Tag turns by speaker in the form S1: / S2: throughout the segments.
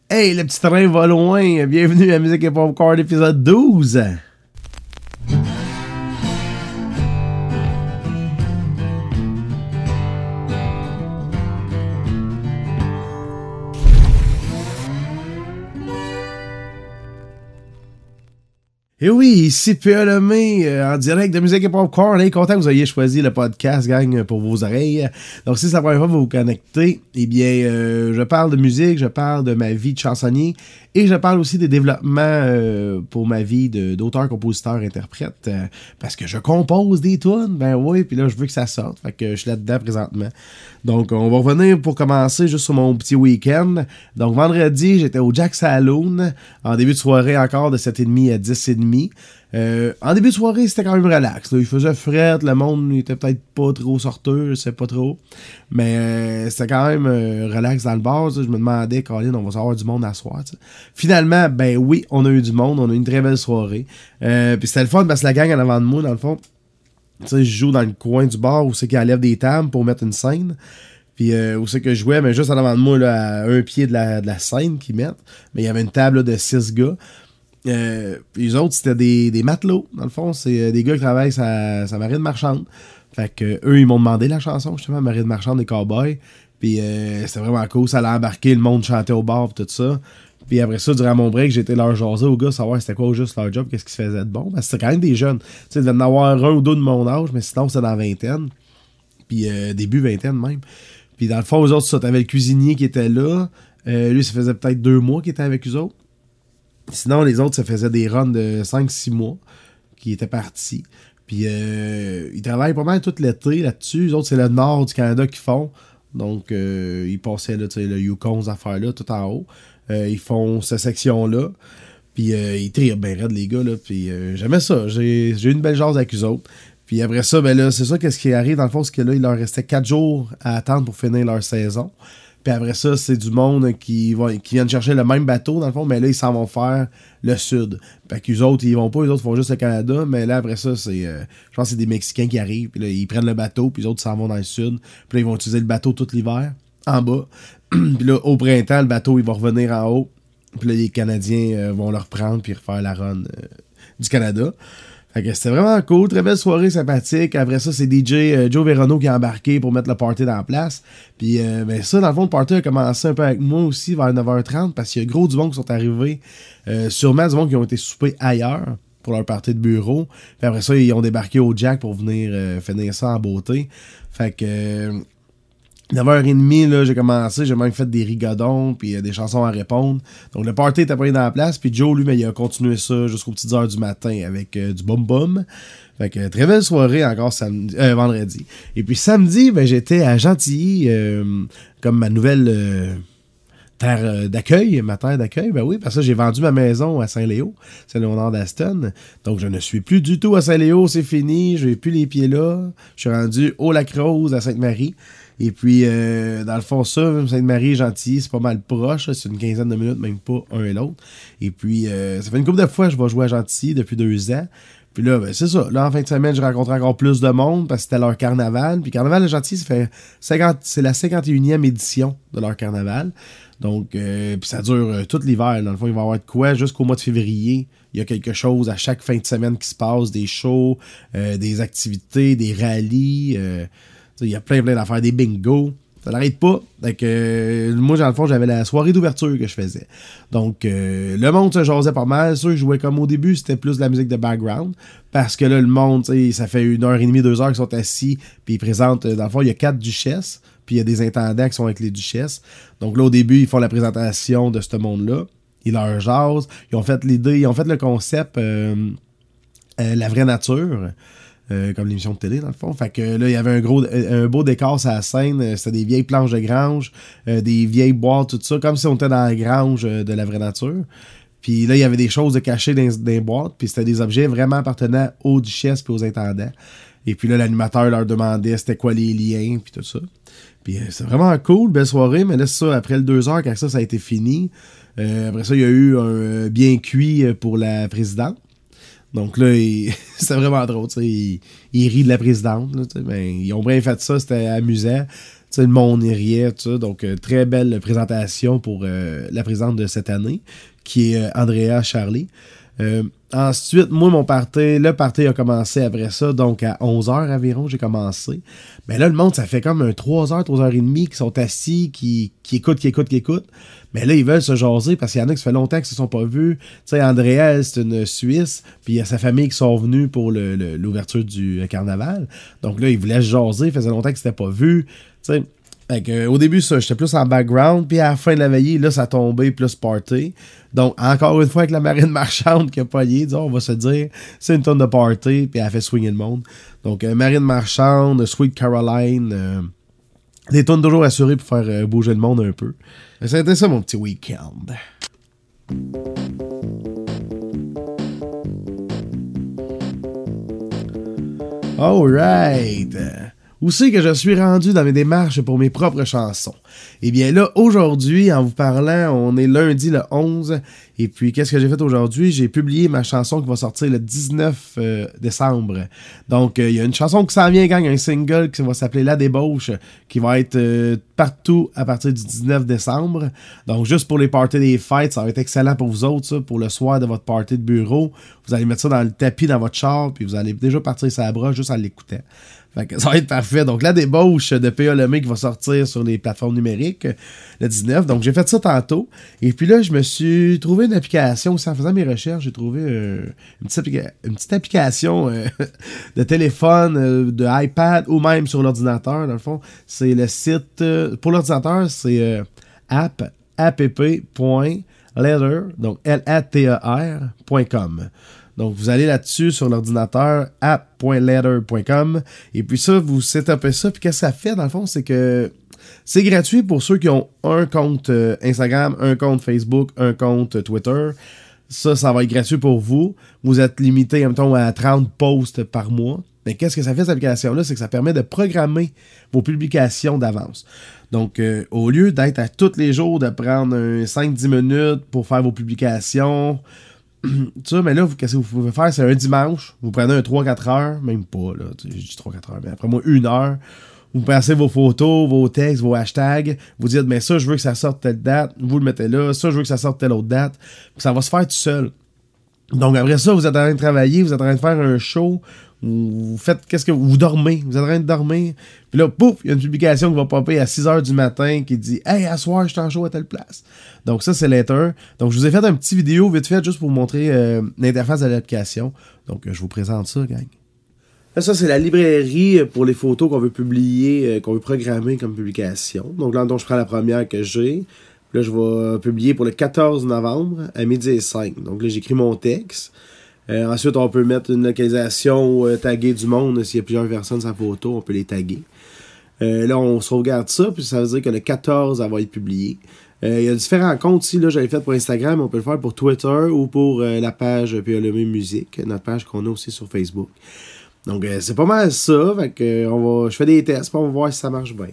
S1: Hey, le petit train va loin. Bienvenue à Musique et Popcorn, épisode 12. Et oui, ici P.A. Lemay, en direct de Musique et Popcorn. Content que vous ayez choisi le podcast, gang, pour vos oreilles. Donc, si c'est la première fois que vous vous connectez, eh bien, je parle de musique, je parle de ma vie de chansonnier et je parle aussi des développements pour ma vie d'auteur, compositeur, interprète. Parce que je compose des tunes, ben oui, puis là, je veux que ça sorte. Fait que je suis là-dedans présentement. Donc, on va revenir pour commencer juste sur mon petit week-end. Donc, vendredi, j'étais au Jack Saloon, en début de soirée encore de 7h30 à 10h30. En début de soirée, c'était quand même relax. Là. Il faisait fret, le monde était peut-être pas trop sorteux, je sais pas trop. Mais c'était quand même relax dans le bar. Je me demandais, Colin, on va avoir du monde à soir. T'sais. Finalement, ben oui, on a eu du monde, on a eu une très belle soirée. Puis c'était le fun parce que la gang en avant de moi, dans le fond, tu sais, je joue dans le coin du bar où c'est qu'ils enlèvent des tables pour mettre une scène. Puis où c'est que je jouais, mais juste en avant de moi, là, à un pied de la scène qu'ils mettent. Mais il y avait une table là, de 6 gars. Les autres, c'était des matelots, dans le fond. C'est des gars qui travaillent sa marine marchande. Fait que eux, ils m'ont demandé la chanson, justement, Marine marchande des cowboys. Puis c'était vraiment cool. Ça allait embarquer, le monde chantait au bar, tout ça. Puis après ça, durant mon break, j'étais leur jaser aux gars, savoir c'était quoi juste leur job, qu'est-ce qui se faisait de bon. Parce que c'était quand même des jeunes. Tu sais, il devait en avoir un ou deux de mon âge, mais sinon, c'était dans la vingtaine. Puis début vingtaine même. Puis dans le fond, eux autres, ça, t'avais le cuisinier qui était là. Lui, ça faisait peut-être 2 mois qu'il était avec eux autres. Sinon, les autres, ça faisait des runs de 5-6 mois qui étaient partis. Puis ils travaillent pas mal tout l'été là-dessus. Les autres, c'est le nord du Canada qu'ils font. Donc, ils passaient là, le Yukon, ces affaires-là, tout en haut. Ils font cette section-là. Puis ils tirent bien raide, les gars. Là. Puis j'aimais ça. J'ai eu une belle jase avec eux autres. Puis après ça, ben là, c'est ça qu'est-ce qui arrive. Dans le fond, c'est que là, il leur restait 4 jours à attendre pour finir leur saison. Puis après ça, c'est du monde qui viennent chercher le même bateau, dans le fond, mais là, ils s'en vont faire le sud. Fait qu'eux autres, ils vont pas, eux autres font juste le Canada, mais là, après ça, c'est je pense que c'est des Mexicains qui arrivent, puis là, ils prennent le bateau, puis les autres s'en vont dans le sud. Puis là, ils vont utiliser le bateau tout l'hiver, en bas. Puis là, au printemps, le bateau, il va revenir en haut. Puis là, les Canadiens vont le reprendre, puis refaire la run du Canada. Fait que c'était vraiment cool, très belle soirée sympathique. Après ça, c'est DJ Joe Verono qui a embarqué pour mettre le party dans la place. Puis ben ça, dans le fond, le party a commencé un peu avec moi aussi vers 9h30 parce qu'il y a gros du monde qui sont arrivés. Sûrement du monde qui ont été soupés ailleurs pour leur party de bureau. Puis après ça, ils ont débarqué au Jack pour venir finir ça en beauté. Fait que 9h30, là, j'ai commencé, j'ai même fait des rigodons, puis des chansons à répondre. Donc le party était pas dans la place, puis Joe, lui, ben, il a continué ça jusqu'aux petites heures du matin avec du bum-bum. Fait que très belle soirée encore vendredi. Et puis samedi, ben, j'étais à Gentilly, comme ma nouvelle terre d'accueil, ma terre d'accueil. Ben oui, parce que j'ai vendu ma maison à Saint-Léo, c'est le nord d'Aston. Donc je ne suis plus du tout à Saint-Léo, c'est fini, j'ai plus les pieds là. Je suis rendu au Lac-Rose à Sainte-Marie. Et puis, dans le fond, ça, Sainte-Marie et Gentilly, c'est pas mal proche. C'est une quinzaine de minutes, même pas un et l'autre. Et puis, ça fait une couple de fois que je vais jouer à Gentilly depuis 2 ans. Puis là, ben, c'est ça. Là, en fin de semaine, j'ai rencontré encore plus de monde parce que c'était leur carnaval. Puis Carnaval de Gentilly, c'est la 51e édition de leur carnaval. Donc, puis ça dure tout l'hiver. Dans le fond, il va y avoir de quoi jusqu'au mois de février. Il y a quelque chose à chaque fin de semaine qui se passe. Des shows, des activités, des rallyes. Il y a plein d'affaires, des bingos. Ça n'arrête pas. Donc, moi, dans le fond, j'avais la soirée d'ouverture que je faisais. Donc, le monde se jasait pas mal. Ceux qui jouaient comme au début, c'était plus de la musique de background. Parce que là, le monde, ça fait 1h30, 2 heures qu'ils sont assis. Puis ils présentent, dans le fond, il y a 4 duchesses. Puis il y a des intendants qui sont avec les duchesses. Donc là, au début, ils font la présentation de ce monde-là. Ils leur jasent. Ils ont fait l'idée, ils ont fait le concept La vraie nature. Comme l'émission de télé dans le fond. Fait que là, il y avait un beau décor sur la scène. C'était des vieilles planches de grange, des vieilles boîtes, tout ça, comme si on était dans la grange de la vraie nature. Puis là, il y avait des choses de cachées dans les boîtes, puis c'était des objets vraiment appartenant aux duchesses et aux intendants. Et puis là, l'animateur leur demandait c'était quoi les liens, puis tout ça. Puis c'est vraiment cool, belle soirée, mais là, c'est ça, après le 2 heures, quand ça a été fini, après ça, il y a eu un bien cuit pour la présidente. Donc là, c'était vraiment drôle, tu sais. Ils rient de la présidente, là, ben, ils ont bien fait ça, c'était amusant. sais, le monde y riait, tout ça. Donc, très belle présentation pour la présidente de cette année, qui est Andrea Charlie. Ensuite, moi, le party a commencé après ça, donc à 11h environ, j'ai commencé. Mais là, le monde, ça fait comme 3h, 3h30 qui sont assis, qui écoutent. Mais là, ils veulent se jaser parce qu'il y en a qui ça fait longtemps qu'ils se sont pas vus. Tu sais, Andrea, elle, c'est une Suisse, puis il y a sa famille qui sont venus pour l'ouverture du carnaval. Donc là, ils voulaient se jaser, il faisait longtemps qu'ils s'étaient pas vus. Tu sais, au début, ça, j'étais plus en background, puis à la fin de la veillée, là, ça a tombé, plus party. Donc, encore une fois, avec la marine marchande qui a pogné, disons, on va se dire, c'est une tonne de party, puis elle a fait swinger le monde. Donc, marine marchande, Sweet Caroline, des tonnes toujours assurées pour faire bouger le monde un peu. C'était ça, mon petit week-end. Alright! Où c'est que je suis rendu dans mes démarches pour mes propres chansons? Eh bien là, aujourd'hui, en vous parlant, on est lundi le 11, et puis qu'est-ce que j'ai fait aujourd'hui? J'ai publié ma chanson qui va sortir le 19 décembre. Donc, il y a une chanson qui s'en vient, gang, un single qui va s'appeler La Débauche, qui va être partout à partir du 19 décembre. Donc, juste pour les parties des fêtes, ça va être excellent pour vous autres, ça, pour le soir de votre party de bureau. Vous allez mettre ça dans le tapis dans votre char, puis vous allez déjà partir sur la broche juste en l'écoutant. Fait que ça va être parfait. Donc, La Débauche de P.A. Lemay qui va sortir sur les plateformes numériques le 19. Donc, j'ai fait ça tantôt. Et puis là, je me suis trouvé une application. En faisant mes recherches, j'ai trouvé une petite application de téléphone, de iPad ou même sur l'ordinateur. Dans le fond, c'est le site... pour l'ordinateur, c'est app.letter, donc later.com. Donc, vous allez là-dessus sur l'ordinateur app.letter.com et puis ça, vous setupez ça. Puis qu'est-ce que ça fait, dans le fond, c'est que c'est gratuit pour ceux qui ont un compte Instagram, un compte Facebook, un compte Twitter. Ça va être gratuit pour vous. Vous êtes limité, mettons, à 30 posts par mois. Mais qu'est-ce que ça fait, cette application-là? C'est que ça permet de programmer vos publications d'avance. Donc, au lieu d'être à tous les jours, de prendre 5-10 minutes pour faire vos publications... ça, mais là, qu'est-ce que vous pouvez faire? C'est un dimanche, vous prenez un 3-4 heures, même pas, là, je dis 3-4 heures, mais après moi, 1 heure, vous passez vos photos, vos textes, vos hashtags, vous dites, mais ça, je veux que ça sorte telle date, vous le mettez là, ça, je veux que ça sorte telle autre date, ça va se faire tout seul. Donc, après ça, vous êtes en train de travailler, vous êtes en train de faire un show, vous faites, vous dormez, vous êtes en train de dormir, puis là, pouf, il y a une publication qui va popper à 6h du matin qui dit « Hey, à soir, je suis en show à telle place. » Donc ça, c'est Letter. Donc, je vous ai fait un petit vidéo vite fait juste pour vous montrer l'interface de l'application. Donc, je vous présente ça, gang. Là, ça, c'est la librairie pour les photos qu'on veut publier, qu'on veut programmer comme publication. Donc là, je prends la première que j'ai. Là, je vais publier pour le 14 novembre à 12h05. Donc là, j'écris mon texte. Ensuite, on peut mettre une localisation taguer du monde. S'il y a plusieurs personnes sur la photo, on peut les taguer. Là, on sauvegarde ça, puis ça veut dire que le 14, elle va être publiée. Il y a différents comptes ici. Là, j'avais fait pour Instagram, on peut le faire pour Twitter ou pour la page P.A. Lemay Musique, notre page qu'on a aussi sur Facebook. Donc, c'est pas mal ça. Fait que, je fais des tests, puis on va voir si ça marche bien.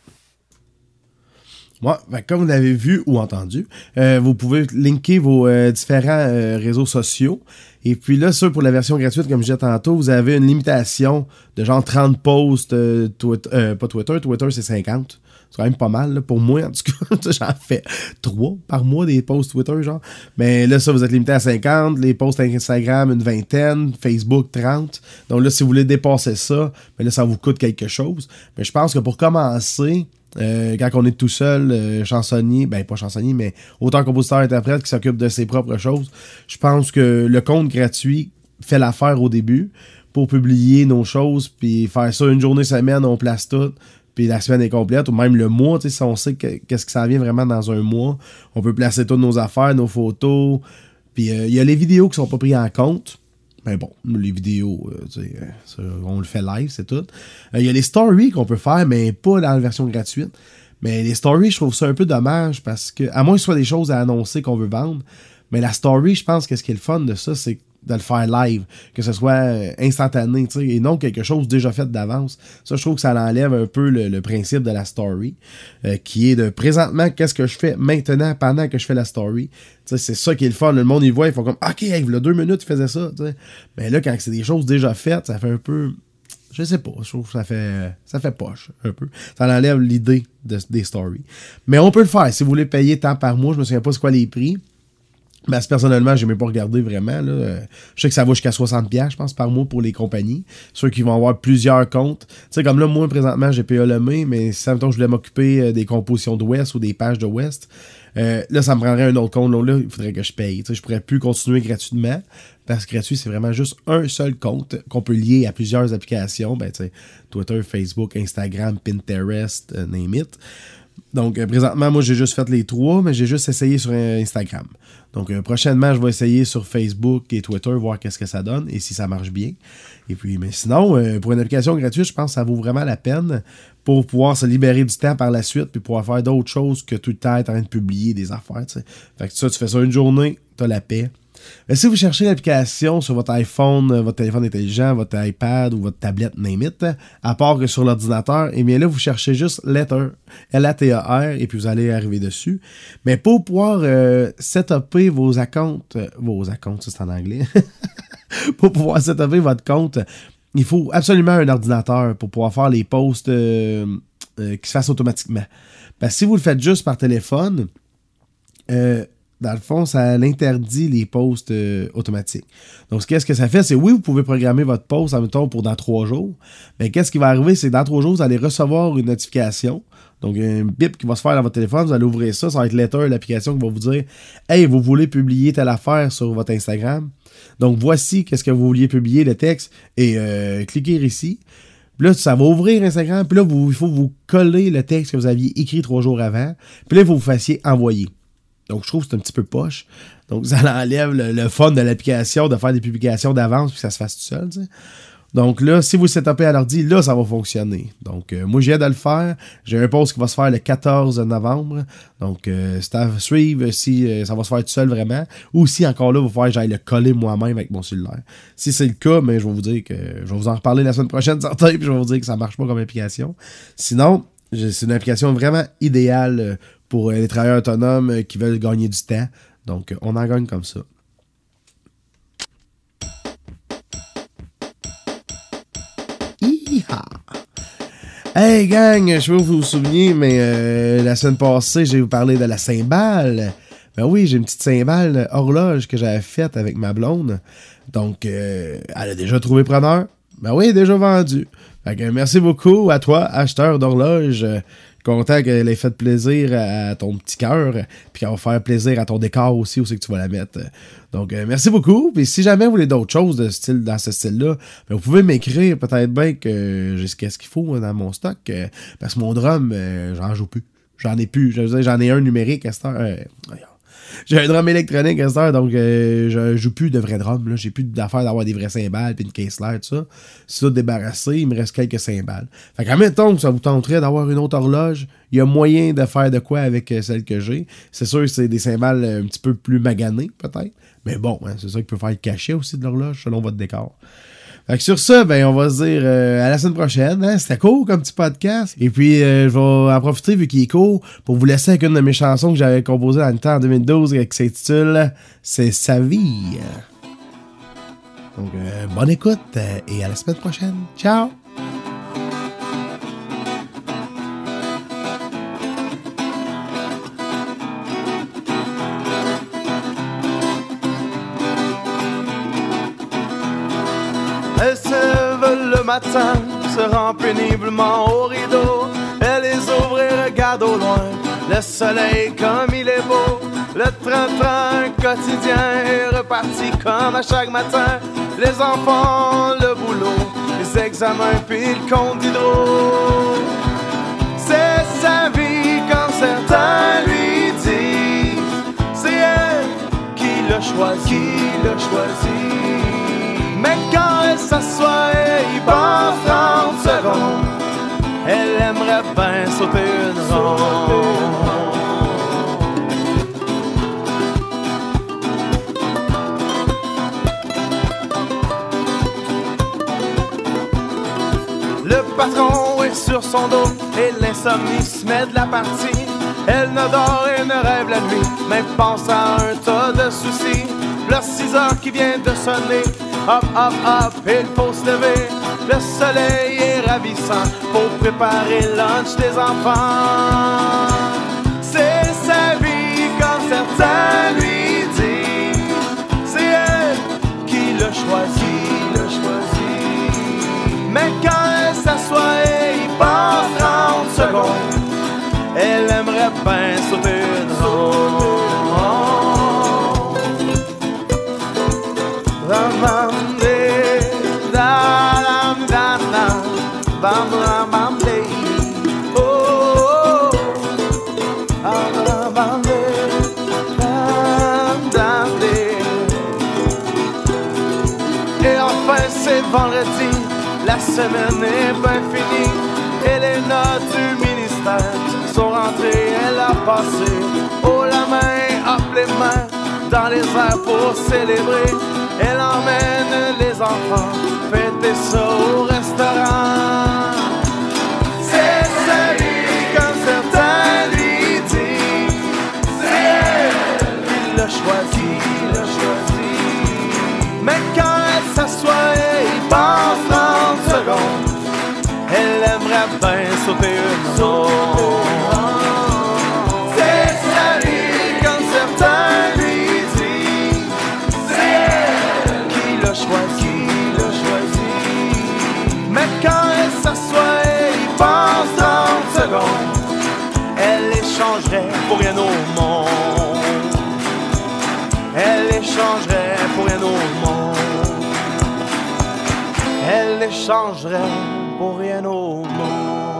S1: Ouais, comme vous l'avez vu ou entendu, vous pouvez linker vos différents réseaux sociaux. Et puis là, ça, pour la version gratuite, comme je disais tantôt, vous avez une limitation de genre 30 posts, pas Twitter c'est 50. C'est quand même pas mal, là, pour moi, en tout cas. J'en fais 3 par mois, des posts Twitter, genre. Mais là, ça, vous êtes limité à 50. Les posts Instagram, une vingtaine. Facebook, 30. Donc là, si vous voulez dépasser ça, ben là, ça vous coûte quelque chose. Mais je pense que pour commencer... quand on est tout seul, chansonnier, ben pas chansonnier, mais auteur, compositeur, interprète qui s'occupe de ses propres choses, je pense que le compte gratuit fait l'affaire au début pour publier nos choses, puis faire ça une journée, semaine, on place tout, puis la semaine est complète, ou même le mois, tu sais, si on sait qu'est-ce que ça vient vraiment dans un mois, on peut placer toutes nos affaires, nos photos, puis il y a les vidéos qui sont pas prises en compte. Ben bon, les vidéos, on le fait live, c'est tout. Il y a les stories qu'on peut faire, mais pas dans la version gratuite. Mais les stories, je trouve ça un peu dommage parce que, à moins que ce soit des choses à annoncer qu'on veut vendre, mais la story, je pense que ce qui est le fun de ça, c'est de le faire live, que ce soit instantané, tu sais, et non quelque chose déjà fait d'avance. Ça, je trouve que ça enlève un peu le principe de la story, qui est de présentement, qu'est-ce que je fais maintenant, pendant que je fais la story. Tu sais, c'est ça qui est le fun. Le monde, il voit, ils font comme, OK, hey, il y a 2 minutes, il faisait ça, tu sais. Mais là, quand c'est des choses déjà faites, ça fait un peu... Je sais pas, je trouve que ça fait poche un peu. Ça enlève l'idée des stories. Mais on peut le faire si vous voulez payer tant par mois. Je me souviens pas c'est quoi les prix. Ben, personnellement, j'ai même pas regardé vraiment. Là. Je sais que ça va jusqu'à 60$, je pense, par mois pour les compagnies. Ceux qui vont avoir plusieurs comptes. Tu sais, comme là, moi, présentement, j'ai payé le main, mais si, mettons, je voulais m'occuper des compositions de West ou des pages de West, là, ça me prendrait un autre compte. Là, il faudrait que je paye. Tu sais, je pourrais plus continuer gratuitement. Parce que gratuit, c'est vraiment juste un seul compte qu'on peut lier à plusieurs applications. Ben, tu sais, Twitter, Facebook, Instagram, Pinterest, name it. Donc, présentement, moi, j'ai juste fait les 3, mais j'ai juste essayé sur Instagram. Donc, prochainement, je vais essayer sur Facebook et Twitter, voir qu'est-ce que ça donne et si ça marche bien. Et puis, mais sinon, pour une application gratuite, je pense que ça vaut vraiment la peine pour pouvoir se libérer du temps par la suite puis pouvoir faire d'autres choses que tout le temps être en train de publier des affaires, tu sais. Fait que ça, tu fais ça une journée, t'as la paix. Mais si vous cherchez l'application sur votre iPhone, votre téléphone intelligent, votre iPad ou votre tablette, name it, à part que sur l'ordinateur, eh bien là, vous cherchez juste Later, L-A-T-A-R, et puis vous allez arriver dessus. Mais pour pouvoir setuper vos accounts, ça c'est en anglais, pour pouvoir setuper votre compte, il faut absolument un ordinateur pour pouvoir faire les posts qui se fassent automatiquement. Parce que si vous le faites juste par téléphone, dans le fond, ça l'interdit les posts automatiques. Donc, qu'est-ce que ça fait? C'est oui, vous pouvez programmer votre post, admettons, pour dans 3 jours. Mais qu'est-ce qui va arriver? C'est dans 3 jours, vous allez recevoir une notification. Donc, un bip qui va se faire dans votre téléphone. Vous allez ouvrir ça. Ça va être Later, l'application qui va vous dire « Hey, vous voulez publier telle affaire sur votre Instagram? Donc, voici qu'est-ce que vous vouliez publier, le texte. Et cliquez ici. » Puis là, ça va ouvrir Instagram. Puis là, il faut vous coller le texte que vous aviez écrit 3 jours avant. Puis là, il faut vous fassiez envoyer. Donc, je trouve que c'est un petit peu poche. Donc, ça enlève le fun de l'application de faire des publications d'avance puis que ça se fasse tout seul, tu sais. Donc là, si vous le setupez à l'ordi, là, ça va fonctionner. Donc, moi, j'ai hâte de le faire. J'ai un post qui va se faire le 14 novembre. Donc, c'est à suivre si ça va se faire tout seul vraiment. Ou si encore là, il va falloir que j'aille le coller moi-même avec mon cellulaire. Si c'est le cas, mais je vais vous dire que je vais vous en reparler la semaine prochaine, certain, puis je vais vous dire que ça marche pas comme application. Sinon, c'est une application vraiment idéale pour les travailleurs autonomes qui veulent gagner du temps. Donc, on en gagne comme ça. Hi-ha! Hey gang, je sais pas si vous vous souvenez, mais la semaine passée, j'ai vous parlé de la cymbale. Ben oui, j'ai une petite cymbale horloge que j'avais faite avec ma blonde. Donc, elle a déjà trouvé preneur. Ben oui, elle est déjà vendue. Fait que merci beaucoup à toi, acheteur d'horloge. Content qu'elle ait fait plaisir à ton petit cœur, puis qu'elle va faire plaisir à ton décor aussi, où c'est que tu vas la mettre. Donc, merci beaucoup. Puis si jamais vous voulez d'autres choses dans ce style-là, ben, vous pouvez m'écrire peut-être bien que j'ai ce qu'il faut dans mon stock, parce que mon drum, j'en joue plus. J'en ai plus. Je veux dire, j'en ai un numérique à cette heure. J'ai un drum électronique à cette heure, donc je joue plus de vrais drums. Là. J'ai plus d'affaires d'avoir des vrais cymbales puis une caisse l'air, tout ça. C'est ça débarrassé, il me reste quelques cymbales. Fait qu'en même temps que ça vous tenterait d'avoir une autre horloge, il y a moyen de faire de quoi avec celle que j'ai. C'est sûr que c'est des cymbales un petit peu plus maganées, peut-être. Mais bon, hein, c'est ça qui peut faire le cachet aussi de l'horloge, selon votre décor. Fait que sur ça, ben, on va se dire à la semaine prochaine. Hein? C'était cool comme petit podcast. Et puis, je vais en profiter, vu qu'il est court, pour vous laisser avec une de mes chansons que j'avais composée dans le temps en 2012, qui s'intitule « C'est sa vie ». Donc, bonne écoute et à la semaine prochaine. Ciao!
S2: Elle se lève le matin, se rend péniblement au rideau. Elle les ouvre et regarde au loin le soleil comme il est beau. Le train-train quotidien est reparti comme à chaque matin. Les enfants, le boulot, les examens puis le compte d'hydro. C'est sa vie quand certains lui disent c'est elle qui l'a choisi. Mais quand elle s'assoit et y passe 30 secondes, elle aimerait bien sauter une ronde. Le patron est sur son dos et l'insomnie se met de la partie. Elle ne dort et ne rêve la nuit, mais pense à un tas de soucis. Le 6 heures qui vient de sonner, hop, hop, hop, il faut se lever. Le soleil est ravissant pour préparer le lunch des enfants. C'est sa vie comme certains lui disent. C'est elle qui l'a choisi, Mais quand elle s'assoit et y passe 30 secondes, elle aimerait bien sauter une ronde. Et enfin c'est vendredi, la semaine est bien finie, et les notes du ministère sont rentrées, elle a passé haut la main, hop les mains dans les airs pour célébrer. Elle emmène les enfants fêter ça au restaurant. C'est sa vie comme certains lui disent. C'est elle qui l'a choisi, Mais quand elle s'assoit et y passe 30 secondes, elle aimerait bien sauter une zone. C'est sa vie comme certains lui disent. C'est elle qui l'a choisi, Mais quand elle s'assoit et y passe 30 secondes, elle échangerait pour rien au monde. Elle échangerait pour rien au monde. Elle échangerait pour rien au monde.